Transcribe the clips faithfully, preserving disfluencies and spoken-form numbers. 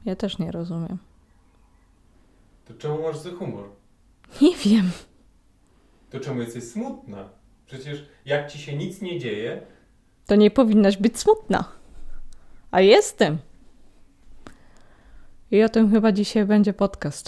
Ja też nie rozumiem. To czemu masz zły humor? Nie wiem. To czemu jesteś smutna? Przecież jak ci się nic nie dzieje... To nie powinnaś być smutna. A jestem. I o tym chyba dzisiaj będzie podcast.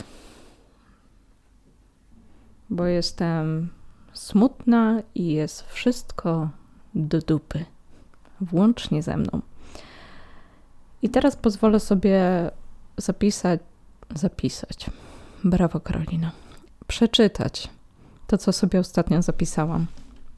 Bo jestem smutna i jest wszystko do dupy. Włącznie ze mną. I teraz pozwolę sobie zapisać, zapisać, brawo Karolina, przeczytać to, co sobie ostatnio zapisałam.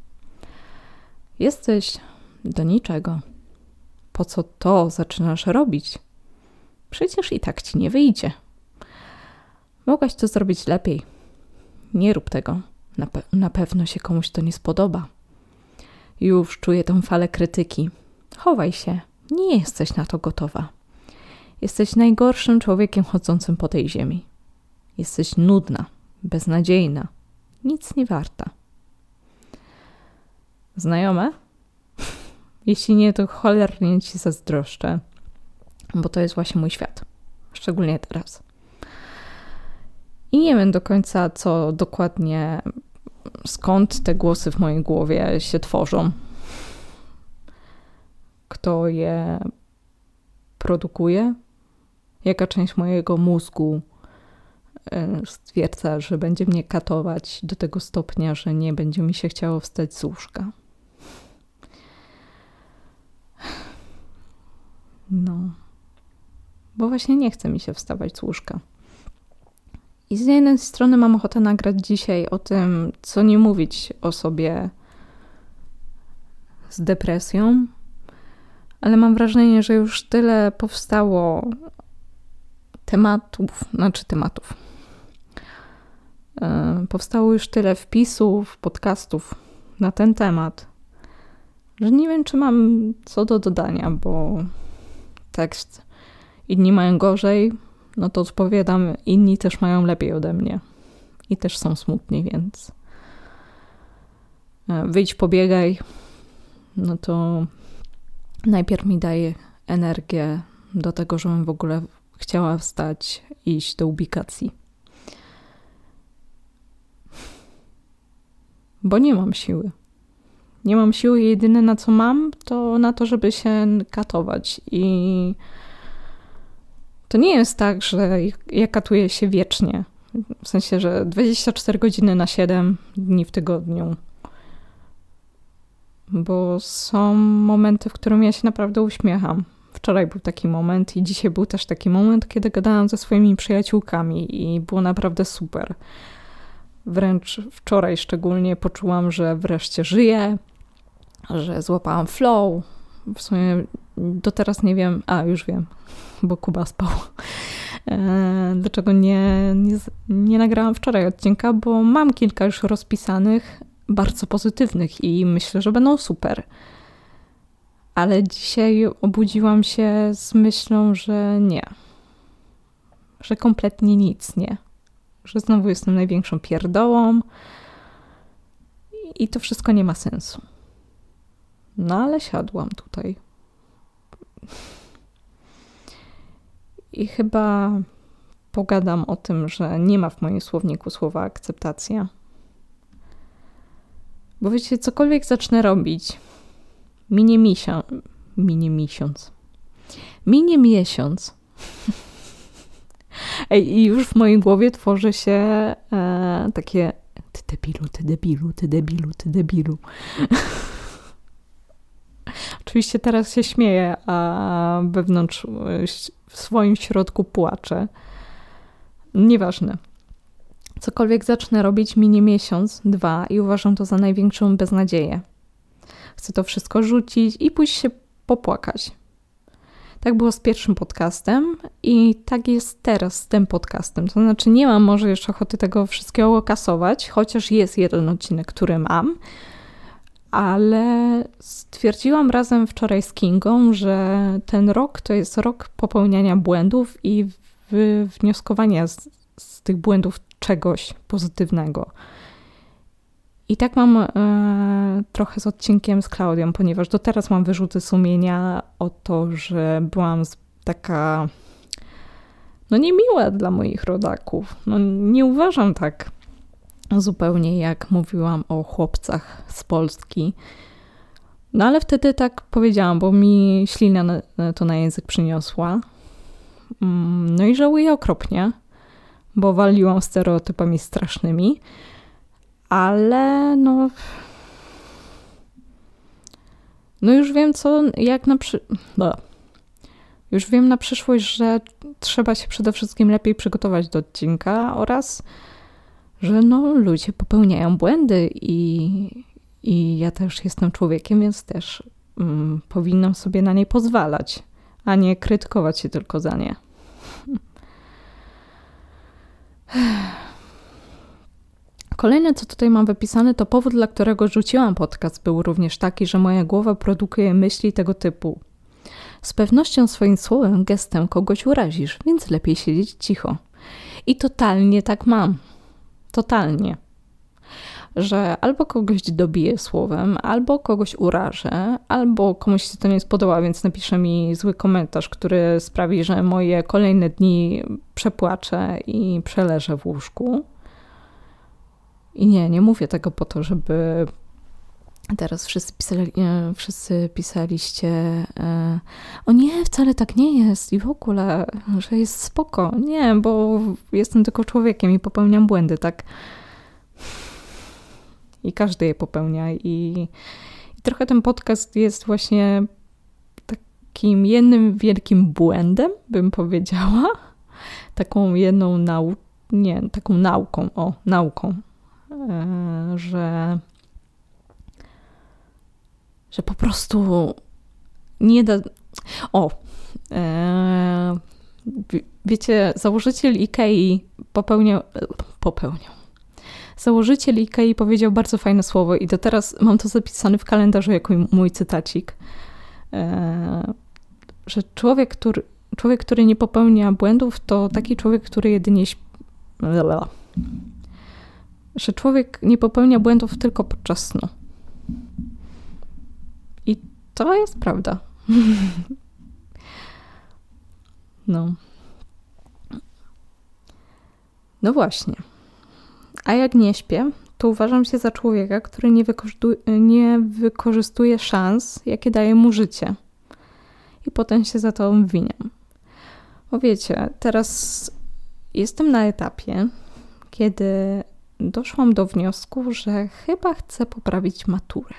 Jesteś do niczego. Po co to zaczynasz robić? Przecież i tak ci nie wyjdzie. Mogłaś to zrobić lepiej. Nie rób tego. Na, pe- na pewno się komuś to nie spodoba. Już czuję tę falę krytyki. Chowaj się. Nie jesteś na to gotowa. Jesteś najgorszym człowiekiem chodzącym po tej ziemi. Jesteś nudna, beznadziejna, nic nie warta. Znajome? Jeśli nie, to cholernie ci zazdroszczę, bo to jest właśnie mój świat. Szczególnie teraz. I nie wiem do końca, co dokładnie, skąd te głosy w mojej głowie się tworzą. Kto je produkuje? Jaka część mojego mózgu stwierdza, że będzie mnie katować do tego stopnia, że nie będzie mi się chciało wstać z łóżka. No. Bo właśnie nie chce mi się wstawać z łóżka. I z jednej strony mam ochotę nagrać dzisiaj o tym, co nie mówić o sobie z depresją, ale mam wrażenie, że już tyle powstało tematów, znaczy tematów. Yy, powstało już tyle wpisów, podcastów na ten temat, że nie wiem, czy mam co do dodania, bo tekst inni mają gorzej, no to odpowiadam, inni też mają lepiej ode mnie i też są smutni, więc yy, wyjdź, pobiegaj, no to najpierw mi daje energię do tego, żebym w ogóle chciała wstać i iść do ubikacji. Bo nie mam siły. Nie mam siły, jedyne na co mam, to na to, żeby się katować. I to nie jest tak, że ja katuję się wiecznie. W sensie, że dwadzieścia cztery godziny na siedem dni w tygodniu. Bo są momenty, w którym ja się naprawdę uśmiecham. Wczoraj był taki moment i dzisiaj był też taki moment, kiedy gadałam ze swoimi przyjaciółkami i było naprawdę super. Wręcz wczoraj szczególnie poczułam, że wreszcie żyję, że złapałam flow. W sumie do teraz nie wiem, a już wiem, bo Kuba spał. E, dlaczego nie, nie, nie nagrałam wczoraj odcinka, bo mam kilka już rozpisanych, bardzo pozytywnych i myślę, że będą super. Ale dzisiaj obudziłam się z myślą, że nie. Że kompletnie nic nie. Że znowu jestem największą pierdołą i to wszystko nie ma sensu. No ale siadłam tutaj. I chyba pogadam o tym, że nie ma w moim słowniku słowa akceptacja. Bo wiecie, cokolwiek zacznę robić, minie miesiąc, minie miesiąc, minie miesiąc. Ej, i już w mojej głowie tworzy się e, takie ty debilu, ty debilu, ty debilu, ty debilu. Oczywiście teraz się śmieję, a wewnątrz w swoim środku płaczę. Nieważne. Cokolwiek zacznę robić, minie miesiąc, dwa i uważam to za największą beznadzieję. Chcę to wszystko rzucić i pójść się popłakać. Tak było z pierwszym podcastem i tak jest teraz z tym podcastem. To znaczy nie mam może jeszcze ochoty tego wszystkiego kasować, chociaż jest jeden odcinek, który mam, ale stwierdziłam razem wczoraj z Kingą, że ten rok to jest rok popełniania błędów i wywnioskowania z, z tych błędów czegoś pozytywnego. I tak mam e, trochę z odcinkiem z Klaudią, ponieważ do teraz mam wyrzuty sumienia o to, że byłam z, taka no niemiłe dla moich rodaków. No nie uważam tak zupełnie, jak mówiłam o chłopcach z Polski. No ale wtedy tak powiedziałam, bo mi ślina to na język przyniosła. No i żałuję okropnie, bo waliłam stereotypami strasznymi, ale no... No już wiem co, jak na przy... No. Już wiem na przyszłość, że trzeba się przede wszystkim lepiej przygotować do odcinka oraz, że no ludzie popełniają błędy i, i ja też jestem człowiekiem, więc też mm, powinnam sobie na nie pozwalać, a nie krytykować się tylko za nie. Kolejne, co tutaj mam wypisane, to powód, dla którego rzuciłam podcast, był również taki, że moja głowa produkuje myśli tego typu. Z pewnością swoim słowem, gestem kogoś urazisz, więc lepiej siedzieć cicho. I totalnie tak mam. Totalnie. Że albo kogoś dobiję słowem, albo kogoś urażę, albo komuś się to nie spodoba, więc napisze mi zły komentarz, który sprawi, że moje kolejne dni przepłaczę i przeleżę w łóżku. I nie, nie mówię tego po to, żeby teraz wszyscy, pisali, wszyscy pisaliście e, o nie, wcale tak nie jest i w ogóle, że jest spoko. Nie, bo jestem tylko człowiekiem i popełniam błędy, tak? I każdy je popełnia. I, i trochę ten podcast jest właśnie takim jednym wielkim błędem, bym powiedziała. Taką jedną nau... nie, taką nauką, o, nauką. Że, że po prostu nie da... O, e, wiecie, założyciel Ikei popełniał... Popełniał. Założyciel Ikei powiedział bardzo fajne słowo i do teraz mam to zapisane w kalendarzu jako mój cytacik, e, że człowiek który, człowiek, który nie popełnia błędów, to taki człowiek, który jedynie śpi... że człowiek nie popełnia błędów tylko podczas snu. I to jest prawda. No. No właśnie. A jak nie śpię, to uważam się za człowieka, który nie wykorzystuje, nie wykorzystuje szans, jakie daje mu życie. I potem się za to obwiniam. Bo wiecie, teraz jestem na etapie, kiedy doszłam do wniosku, że chyba chcę poprawić maturę.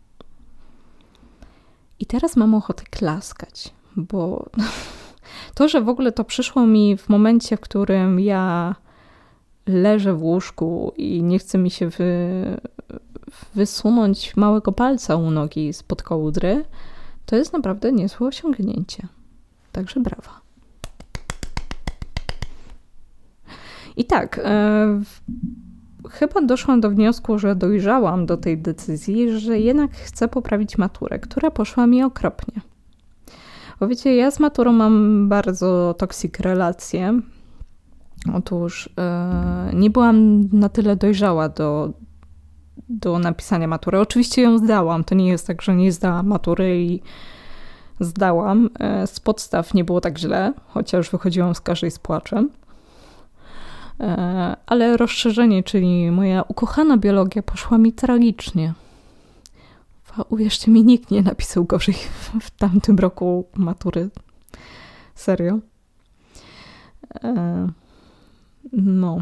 I teraz mam ochotę klaskać, bo to, że w ogóle to przyszło mi w momencie, w którym ja leżę w łóżku i nie chce mi się wy, wysunąć małego palca u nogi spod kołdry, to jest naprawdę niezłe osiągnięcie. Także brawa. I tak, e, chyba doszłam do wniosku, że dojrzałam do tej decyzji, że jednak chcę poprawić maturę, która poszła mi okropnie. Bo wiecie, ja z maturą mam bardzo toksik relacje. Otóż e, nie byłam na tyle dojrzała do, do napisania matury. Oczywiście ją zdałam. To nie jest tak, że nie zdałam matury i zdałam. E, z podstaw nie było tak źle, chociaż wychodziłam z każdej z płaczem. E, ale rozszerzenie, czyli moja ukochana biologia, poszła mi tragicznie. Uwierzcie mi, nikt nie napisał gorzej w tamtym roku matury. Serio. E, No.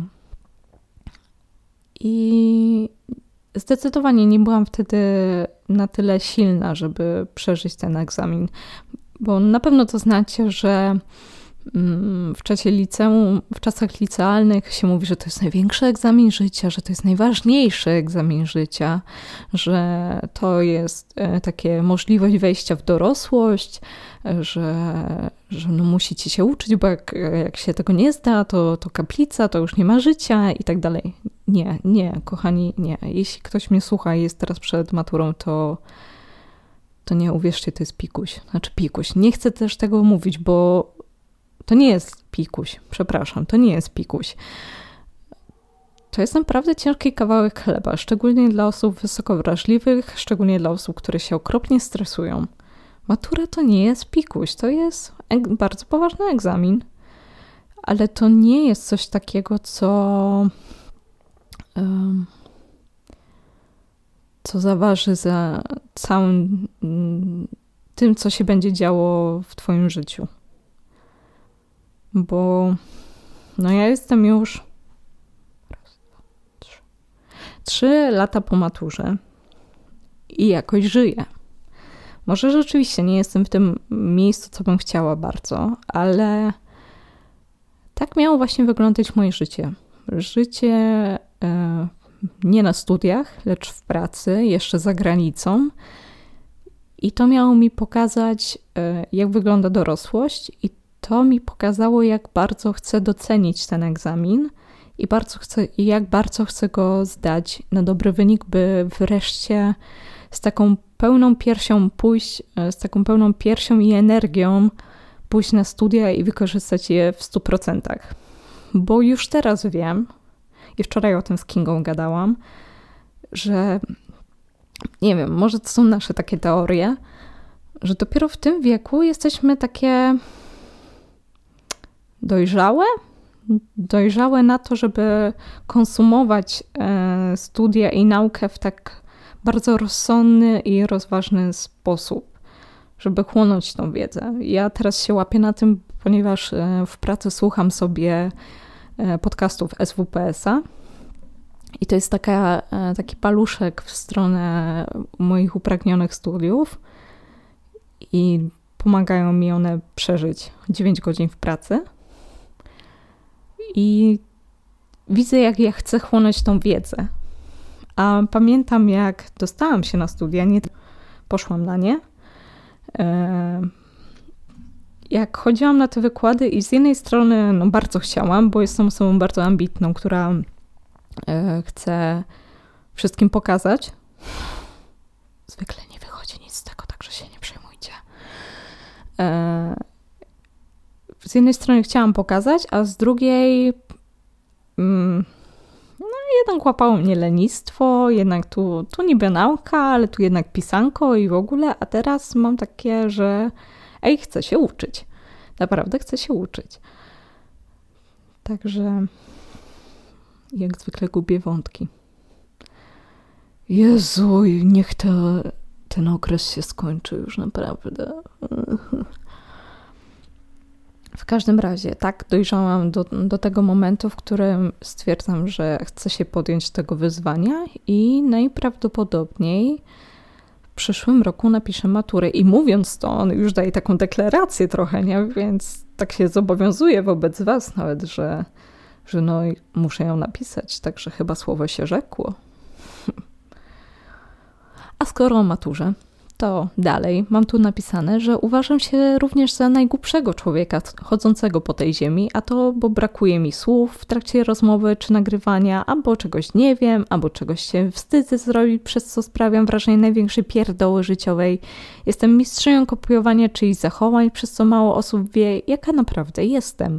I zdecydowanie nie byłam wtedy na tyle silna, żeby przeżyć ten egzamin. Bo na pewno to znacie, że w czasie liceum, w czasach licealnych się mówi, że to jest największy egzamin życia, że to jest najważniejszy egzamin życia, że to jest takie możliwość wejścia w dorosłość, że, że no musicie się uczyć, bo jak, jak się tego nie zda, to, to kaplica, to już nie ma życia i tak dalej. Nie, nie, kochani, nie. Jeśli ktoś mnie słucha i jest teraz przed maturą, to, to nie, uwierzcie, to jest pikuś. Znaczy pikuś. Nie chcę też tego mówić, bo to nie jest pikuś. Przepraszam, to nie jest pikuś. To jest naprawdę ciężki kawałek chleba, szczególnie dla osób wysoko wrażliwych, szczególnie dla osób, które się okropnie stresują. Matura to nie jest pikuś, to jest bardzo poważny egzamin. ale to nie jest coś takiego, co, co zaważy za całym tym, co się będzie działo w twoim życiu. Bo no ja jestem już raz, dwa, trzy, trzy lata po maturze i jakoś żyję. Może rzeczywiście nie jestem w tym miejscu, co bym chciała bardzo, ale tak miało właśnie wyglądać moje życie. Życie e, nie na studiach, lecz w pracy, jeszcze za granicą. I to miało mi pokazać, e, jak wygląda dorosłość, i to mi pokazało, jak bardzo chcę docenić ten egzamin i bardzo chcę, i jak bardzo chcę go zdać na dobry wynik, by wreszcie z taką pełną piersią pójść, z taką pełną piersią i energią pójść na studia i wykorzystać je w stu procentach. Bo już teraz wiem, i wczoraj o tym z Kingą gadałam, że nie wiem, może to są nasze takie teorie, że dopiero w tym wieku jesteśmy takie dojrzałe, dojrzałe na to, żeby konsumować e, studia i naukę w tak bardzo rozsądny i rozważny sposób, żeby chłonąć tą wiedzę. Ja teraz się łapię na tym, ponieważ w pracy słucham sobie podcastów S W P S a i to jest taka, taki paluszek w stronę moich upragnionych studiów i pomagają mi one przeżyć dziewięć godzin w pracy. I widzę, jak ja chcę chłonąć tą wiedzę. A pamiętam, jak dostałam się na studia, nie poszłam na nie. Jak chodziłam na te wykłady i z jednej strony no, bardzo chciałam, bo jestem osobą bardzo ambitną, która chce wszystkim pokazać. Zwykle nie wychodzi nic z tego, także się nie przejmujcie. Z jednej strony chciałam pokazać, a z drugiej no jednak łapało mnie lenistwo, jednak tu, tu niby nauka, ale tu jednak pisanko i w ogóle, a teraz mam takie, że ej, chcę się uczyć. Naprawdę chcę się uczyć. Także jak zwykle gubię wątki. Jezu, niech to, ten okres się skończy już naprawdę. W każdym razie, tak, dojrzałam do, do tego momentu, w którym stwierdzam, że chcę się podjąć tego wyzwania i najprawdopodobniej w przyszłym roku napiszę maturę. I mówiąc to, on już daje taką deklarację trochę, nie? Więc tak się zobowiązuję wobec was nawet, że, że no muszę ją napisać, także chyba słowo się rzekło. A skoro o maturze, to dalej mam tu napisane, że uważam się również za najgłupszego człowieka chodzącego po tej ziemi, a to bo brakuje mi słów w trakcie rozmowy czy nagrywania, albo czegoś nie wiem, albo czegoś się wstydzę zrobić, przez co sprawiam wrażenie największej pierdoły życiowej. Jestem mistrzynią kopiowania czyichś zachowań, przez co mało osób wie, jaka naprawdę jestem.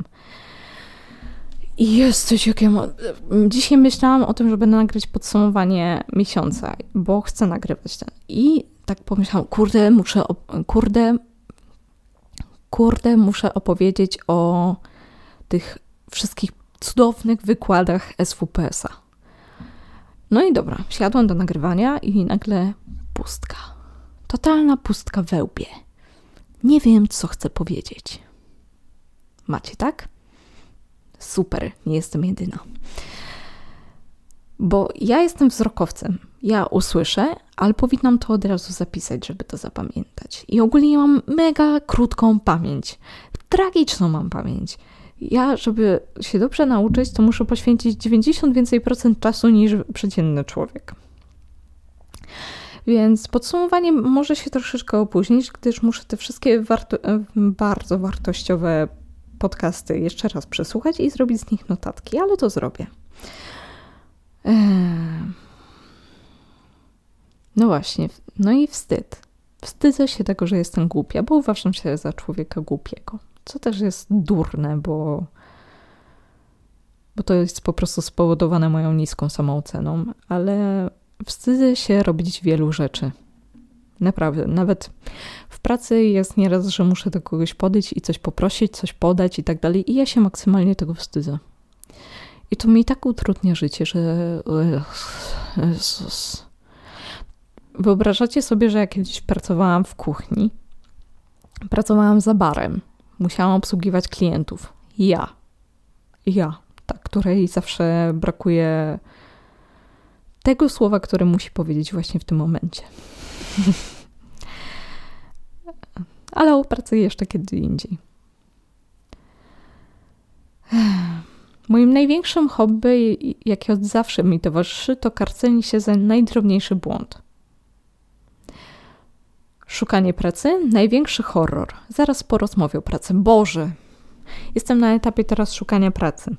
I jesteś, jak ja mam... Dzisiaj myślałam o tym, żeby nagrać podsumowanie miesiąca, bo chcę nagrywać ten. I tak pomyślałam, kurde, muszę, op- kurde, kurde, muszę opowiedzieć o tych wszystkich cudownych wykładach S W P S a. No i dobra, siadłam do nagrywania i nagle pustka. Totalna pustka we łbie. Nie wiem, co chcę powiedzieć. Macie, tak? Super, nie jestem jedyna. Bo ja jestem wzrokowcem. Ja usłyszę, ale powinnam to od razu zapisać, żeby to zapamiętać. I ogólnie ja mam mega krótką pamięć. Tragiczną mam pamięć. Ja, żeby się dobrze nauczyć, to muszę poświęcić dziewięćdziesiąt więcej procent czasu niż przeciętny człowiek. Więc podsumowanie może się troszeczkę opóźnić, gdyż muszę te wszystkie warto- bardzo wartościowe podcasty jeszcze raz przesłuchać i zrobić z nich notatki, ale to zrobię. Eee... No właśnie, no i wstyd. Wstydzę się tego, że jestem głupia, bo uważam się za człowieka głupiego. Co też jest durne, bo, bo to jest po prostu spowodowane moją niską samooceną, ale wstydzę się robić wielu rzeczy. Naprawdę, nawet w pracy jest nieraz, że muszę do kogoś podejść i coś poprosić, coś podać i tak dalej i ja się maksymalnie tego wstydzę. I to mi tak utrudnia życie, że... Jezus. Wyobrażacie sobie, że ja kiedyś pracowałam w kuchni, pracowałam za barem, musiałam obsługiwać klientów. Ja. Ja, ta, której zawsze brakuje tego słowa, które musi powiedzieć właśnie w tym momencie. Ale o pracy jeszcze kiedy indziej. Moim największym hobby, jakie od zawsze mi towarzyszy, to karcenie się za najdrobniejszy błąd. Szukanie pracy, największy horror. Zaraz po rozmowie o pracy. Boże, jestem na etapie teraz szukania pracy.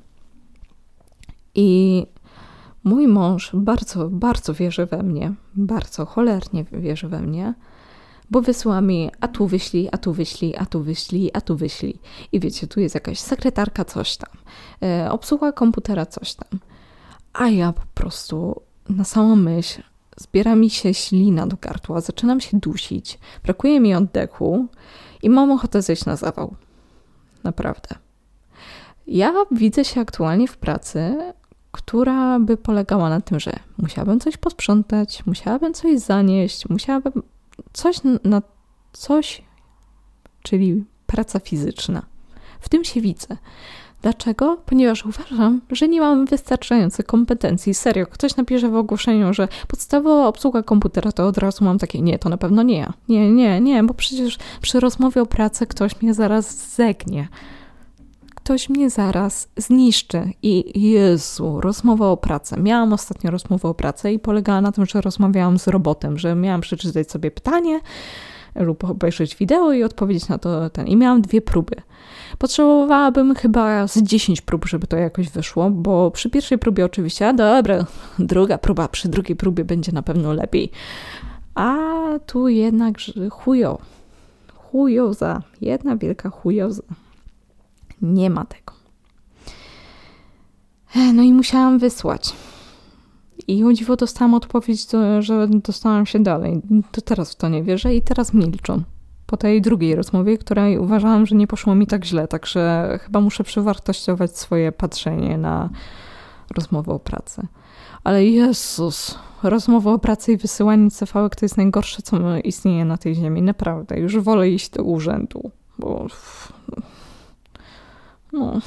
I mój mąż bardzo, bardzo wierzy we mnie. Bardzo cholernie wierzy we mnie. Bo wysyła mi, a tu wyślij, a tu wyślij, a tu wyślij, a tu wyślij. I wiecie, tu jest jakaś sekretarka, coś tam. E, obsługa komputera, coś tam. A ja po prostu na samą myśl zbiera mi się ślina do gardła, zaczynam się dusić, brakuje mi oddechu i mam ochotę zejść na zawał. Naprawdę. Ja widzę się aktualnie w pracy, która by polegała na tym, że musiałabym coś posprzątać, musiałabym coś zanieść, musiałabym coś na coś, czyli praca fizyczna. W tym się widzę. Dlaczego? Ponieważ uważam, że nie mam wystarczających kompetencji. Serio, ktoś napisze w ogłoszeniu, że podstawowa obsługa komputera, to od razu mam takie, nie, to na pewno nie ja. Nie, nie, nie, bo przecież przy rozmowie o pracy ktoś mnie zaraz zegnie. Ktoś mnie zaraz zniszczy. I Jezu, rozmowa o pracy. Miałam ostatnio rozmowę o pracy i polegała na tym, że rozmawiałam z robotem, że miałam przeczytać sobie pytanie lub obejrzeć wideo i odpowiedzieć na to ten. I miałam dwie próby. Potrzebowałabym chyba z dziesięć prób, żeby to jakoś wyszło, bo przy pierwszej próbie oczywiście, a dobra, druga próba, przy drugiej próbie będzie na pewno lepiej. A tu jednak chujo. Chujoza. Jedna wielka chujoza. Nie ma tego. No i musiałam wysłać. I o dziwo dostałam odpowiedź, że dostałam się dalej. To teraz w to nie wierzę i teraz milczą. Po tej drugiej rozmowie, której uważałam, że nie poszło mi tak źle, także chyba muszę przewartościować swoje patrzenie na rozmowę o pracy. Ale Jezus, rozmowa o pracy i wysyłanie cefałek to jest najgorsze, co istnieje na tej ziemi. Naprawdę, już wolę iść do urzędu, bo... No...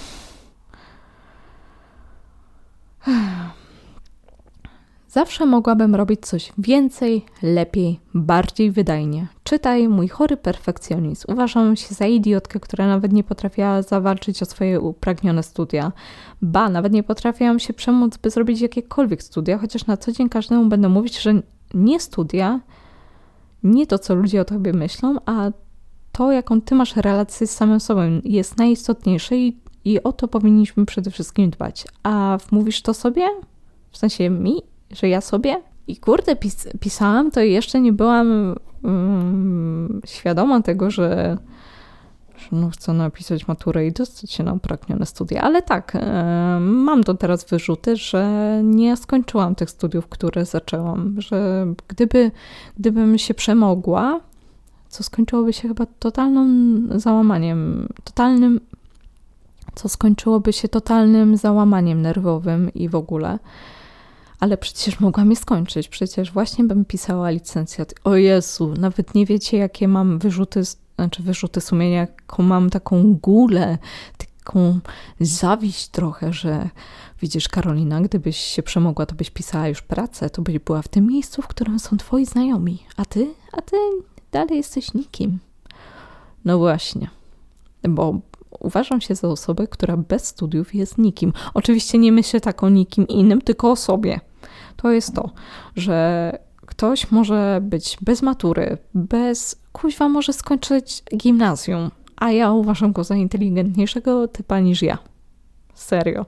Zawsze mogłabym robić coś więcej, lepiej, bardziej wydajnie. Czytaj, mój chory perfekcjonizm. Uważam się za idiotkę, która nawet nie potrafiła zawalczyć o swoje upragnione studia. Ba, nawet nie potrafiłam się przemóc, by zrobić jakiekolwiek studia, chociaż na co dzień każdemu będę mówić, że nie studia, nie to, co ludzie o tobie myślą, a to, jaką ty masz relację z samym sobą, jest najistotniejsze i, i o to powinniśmy przede wszystkim dbać. A mówisz to sobie? W sensie mi? Że ja sobie? I kurde, pis- pisałam, to jeszcze nie byłam um, świadoma tego, że, że no chcę napisać maturę i dostać się na upragnione studia. Ale tak, e, mam do teraz wyrzuty, że nie skończyłam tych studiów, które zaczęłam. Że gdyby, gdybym się przemogła, co skończyłoby się chyba totalnym załamaniem, totalnym, co skończyłoby się totalnym załamaniem nerwowym i w ogóle. Ale przecież mogłam je skończyć. Przecież właśnie bym pisała licencjat. O Jezu, nawet nie wiecie, jakie mam wyrzuty, znaczy wyrzuty sumienia, jaką mam taką gulę, taką zawiść trochę, że widzisz, Karolina, gdybyś się przemogła, to byś pisała już pracę, to byś była w tym miejscu, w którym są twoi znajomi. A ty? A ty dalej jesteś nikim. No właśnie. Bo uważam się za osobę, która bez studiów jest nikim. Oczywiście nie myślę tak o nikim innym, tylko o sobie. To jest to, że ktoś może być bez matury, bez, kuźwa, może skończyć gimnazjum, a ja uważam go za inteligentniejszego typa niż ja. Serio.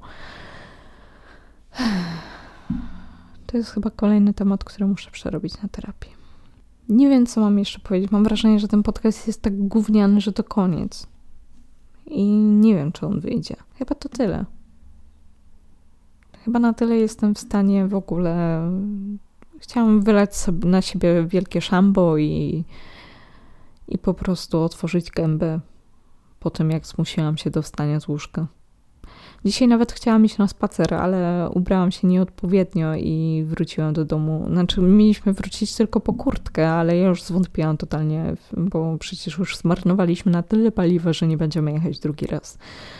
To jest chyba kolejny temat, który muszę przerobić na terapii. Nie wiem, co mam jeszcze powiedzieć. Mam wrażenie, że ten podcast jest tak gówniany, że to koniec. I nie wiem, czy on wyjdzie. Chyba to tyle. Chyba na tyle jestem w stanie w ogóle Chciałam wylać sobie na siebie wielkie szambo i, i po prostu otworzyć gębę po tym, jak zmusiłam się do wstania z łóżka. Dzisiaj nawet chciałam iść na spacer, ale ubrałam się nieodpowiednio i wróciłam do domu. Znaczy, mieliśmy wrócić tylko po kurtkę, ale ja już zwątpiłam totalnie, bo przecież już zmarnowaliśmy na tyle paliwa, że nie będziemy jechać drugi raz.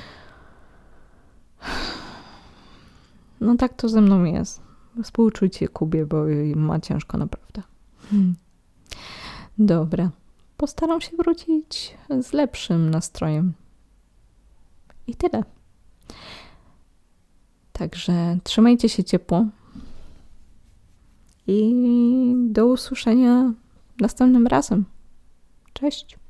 No tak to ze mną jest. Współczucie Kubie, bo ma ciężko naprawdę. Hmm. Dobra. Postaram się wrócić z lepszym nastrojem. I tyle. Także trzymajcie się ciepło i do usłyszenia następnym razem. Cześć!